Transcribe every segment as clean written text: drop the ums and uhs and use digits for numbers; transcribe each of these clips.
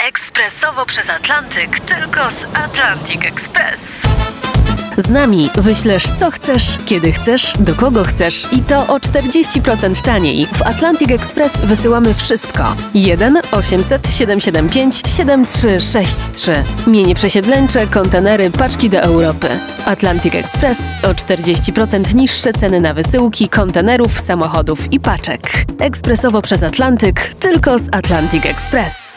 Ekspresowo przez Atlantyk, tylko z Atlantic Express. Z nami wyślesz co chcesz, kiedy chcesz, do kogo chcesz i to o 40% taniej. W Atlantic Express wysyłamy wszystko. 1 800 775 7363. Mienie przesiedleńcze, kontenery, paczki do Europy. Atlantic Express o 40% niższe ceny na wysyłki, kontenerów, samochodów i paczek. Ekspresowo przez Atlantyk, tylko z Atlantic Express.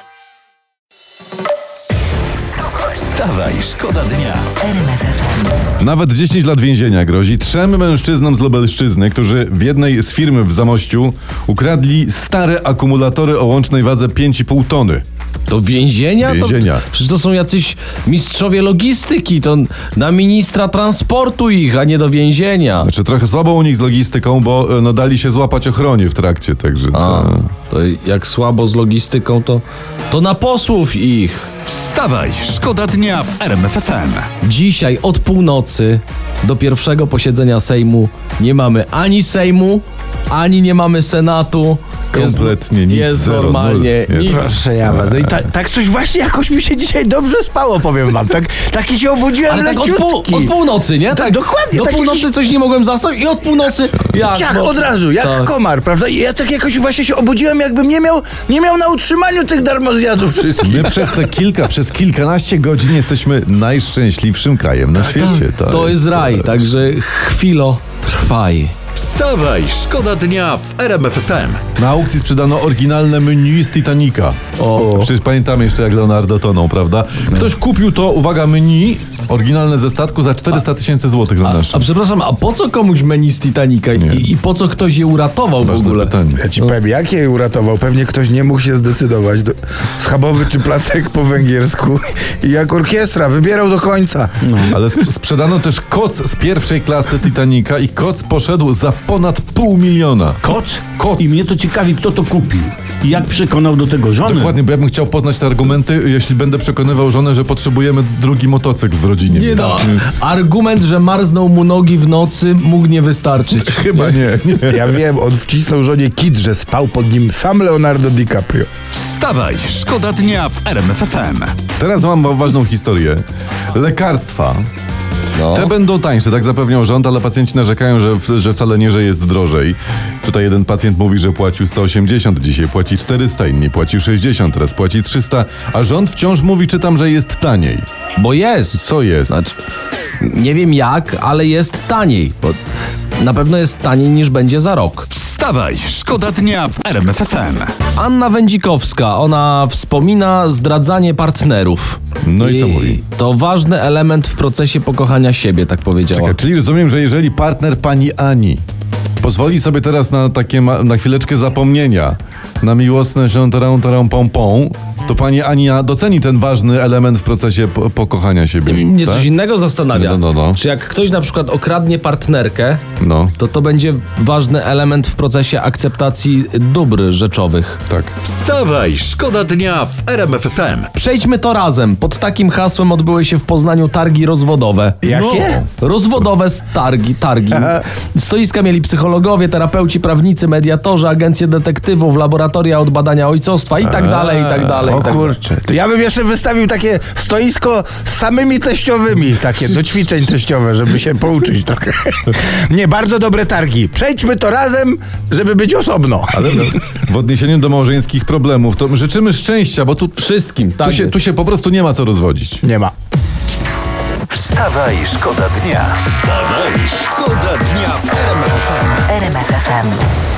Wstawaj, szkoda dnia. Nawet 10 lat więzienia grozi 3 mężczyznom z Lubelszczyzny, którzy w jednej z firm w Zamościu ukradli stare akumulatory o łącznej wadze 5,5 tony. Do więzienia? Więzienia. Przecież to są jacyś mistrzowie logistyki, to na ministra transportu ich, a nie do więzienia. Znaczy trochę słabo u nich z logistyką, bo dali się złapać ochronie w trakcie, także To jak słabo z logistyką, to na posłów ich. Wstawaj, szkoda dnia w RMF FM. Dzisiaj od północy do pierwszego posiedzenia Sejmu nie mamy ani Sejmu, ani nie mamy Senatu. Kompletnie nic, jest zero, normalnie nul, nic. Proszę ja was. No i tak coś właśnie jakoś mi się dzisiaj dobrze spało, powiem wam. Taki się obudziłem Ale tak leciutki. od północy, nie? Tak, dokładnie. Do tak północy jakiś... coś nie mogłem zasnąć i od północy od razu, jak tak. komar, prawda? I ja tak jakoś właśnie się obudziłem, jakbym nie miał na utrzymaniu tych darmozjadów wszystkich. My przez kilkanaście godzin jesteśmy najszczęśliwszym krajem na świecie. To jest raj, także chwilo trwaj. Wstawaj, szkoda dnia w RMF FM. Na aukcji sprzedano oryginalne menu z Titanica. Przecież pamiętamy jeszcze, jak Leonardo tonął, prawda? Ktoś kupił to, uwaga, menu oryginalne ze statku za 400 000 złotych na naszym. A przepraszam, a po co komuś menu z Titanica i po co ktoś je uratował w Ważne ogóle? pytanie. Ja ci powiem, jak je uratował? Pewnie ktoś nie mógł się zdecydować. Schabowy czy placek po węgiersku. I jak orkiestra, wybierał do końca. Ale sprzedano też koc z pierwszej klasy Titanica i koc poszedł za ponad 500 000. Koc? I mnie to ciekawi, kto to kupił. I jak przekonał do tego żonę. Dokładnie, bo ja bym chciał poznać te argumenty, jeśli będę przekonywał żonę, że potrzebujemy drugi motocykl w rodzinie. Nie no, Więc argument, że marzną mu nogi w nocy, mógł nie wystarczyć. chyba nie. Ja wiem, on wcisnął żonie kit, że spał pod nim sam Leonardo DiCaprio. Wstawaj, szkoda dnia w RMF FM. Teraz mam ważną historię. Lekarstwa. Te będą tańsze, tak zapewniał rząd, ale pacjenci narzekają, że wcale nie, że jest drożej. Tutaj jeden pacjent mówi, że płacił 180, dzisiaj płaci 400, inni płacił 60, teraz płaci 300, a rząd wciąż mówi, czytam, że jest taniej. Bo jest. Co jest? Znaczy, nie wiem jak, ale jest taniej. Bo na pewno jest taniej niż będzie za rok. Wstawaj, szkoda dnia w RMF FM. Anna Wędzikowska, ona wspomina zdradzanie partnerów. No i co mówi? To ważny element w procesie pokochania siebie, tak powiedziała. Czekaj, czyli rozumiem, że jeżeli partner pani Ani pozwoli sobie teraz na takie na chwileczkę zapomnienia, na miłosne pompą, to pani Ania doceni ten ważny element w procesie pokochania siebie. Mnie tak? coś innego zastanawia. No. Czy jak ktoś na przykład okradnie partnerkę, No, to będzie ważny element w procesie akceptacji dóbr rzeczowych. tak. Wstawaj, szkoda dnia w RMF FM. Przejdźmy to razem. Pod takim hasłem odbyły się w Poznaniu targi rozwodowe. Jakie? Rozwodowe targi. Stoiska mieli psychologowie, terapeuci, prawnicy, mediatorzy, agencje detektywów, laboratoria od badania ojcostwa i tak dalej, i tak dalej. O kurczę. To ja bym jeszcze wystawił takie stoisko z samymi teściowymi, takie do ćwiczeń teściowe, żeby się pouczyć trochę. Nie, bardzo dobre targi. Przejdźmy to razem, żeby być osobno. Ale w odniesieniu do małżeńskich problemów, to życzymy szczęścia, bo Wszystkim, tak. tu się po prostu nie ma co rozwodzić. Nie ma. Wstawaj, szkoda dnia. Wstawaj, szkoda dnia w RMF FM. RMF FM.